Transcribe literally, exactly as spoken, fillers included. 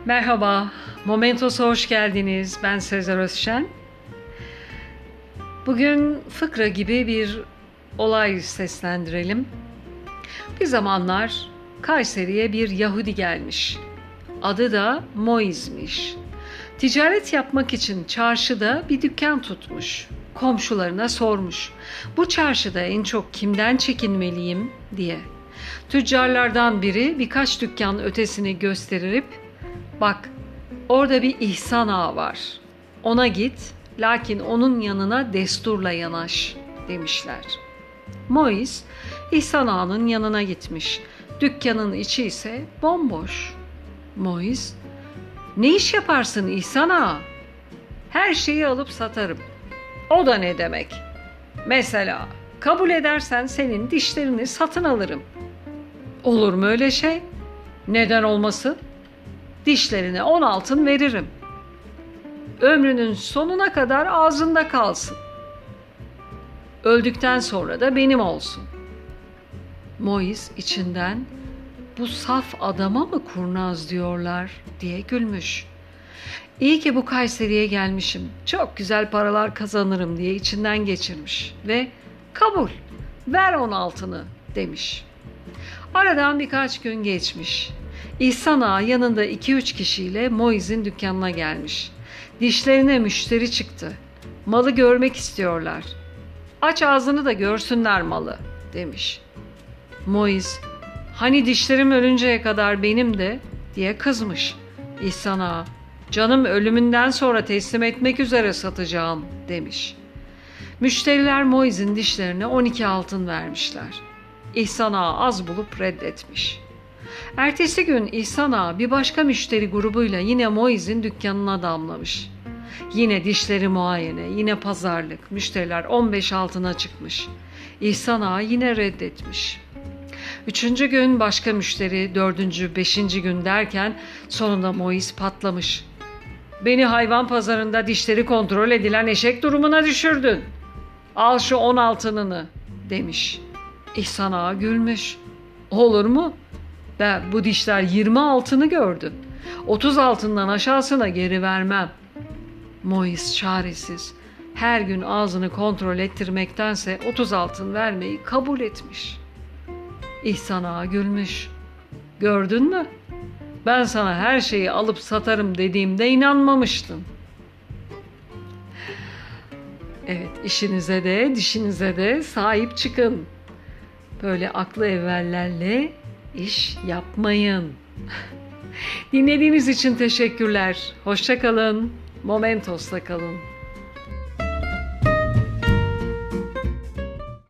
Merhaba, Momentos'a hoş geldiniz. Ben Sezer Özşen. Bugün fıkra gibi bir olay seslendirelim. Bir zamanlar Kayseri'ye bir Yahudi gelmiş. Adı da Moiz'miş. Ticaret yapmak için çarşıda bir dükkan tutmuş. Komşularına sormuş. Bu çarşıda en çok kimden çekinmeliyim diye. Tüccarlardan biri birkaç dükkan ötesini gösterip bak, orada bir İhsan Ağa var. Ona git, lakin onun yanına desturla yanaş demişler. Moiz, İhsan Ağa'nın yanına gitmiş. Dükkanın içi ise bomboş. Moiz, ne iş yaparsın İhsan Ağa? Her şeyi alıp satarım. O da ne demek? Mesela kabul edersen senin dişlerini satın alırım. Olur mu öyle şey? Neden olmasın? Dişlerine on altın veririm. Ömrünün sonuna kadar ağzında kalsın. Öldükten sonra da benim olsun. Moiz içinden bu saf adama mı kurnaz diyorlar diye gülmüş. İyi ki bu Kayseri'ye gelmişim. Çok güzel paralar kazanırım diye içinden geçirmiş ve kabul, ver on altını demiş. Aradan birkaç gün geçmiş. İhsan Ağa yanında iki üç kişiyle Moiz'in dükkanına gelmiş. Dişlerine müşteri çıktı. Malı görmek istiyorlar. Aç ağzını da görsünler malı demiş. Moiz, hani dişlerim ölünceye kadar benim de diye kızmış. İhsan Ağa, canım ölümünden sonra teslim etmek üzere satacağım demiş. Müşteriler Moiz'in dişlerine on iki altın vermişler. İhsan Ağa az bulup reddetmiş. Ertesi gün İhsan Ağa bir başka müşteri grubuyla yine Moiz'in dükkanına damlamış. Yine dişleri muayene, yine pazarlık, müşteriler on beş altına çıkmış. İhsan Ağa yine reddetmiş. Üçüncü gün başka müşteri, dördüncü, beşinci gün derken sonunda Moiz patlamış. Beni hayvan pazarında dişleri kontrol edilen eşek durumuna düşürdün. Al şu on altınını demiş. İhsan Ağa gülmüş. Olur mu? Ben bu dişler yirmi altını gördü. otuz altından aşağısına geri vermem. Moiz çaresiz, her gün ağzını kontrol ettirmektense otuz altın vermeyi kabul etmiş. İhsan Ağa gülmüş. Gördün mü? Ben sana her şeyi alıp satarım dediğimde inanmamıştın. Evet, işinize de dişinize de sahip çıkın. Böyle aklı evvellerle iş yapmayın. Dinlediğiniz için teşekkürler. Hoşça kalın. Momentos'ta kalın.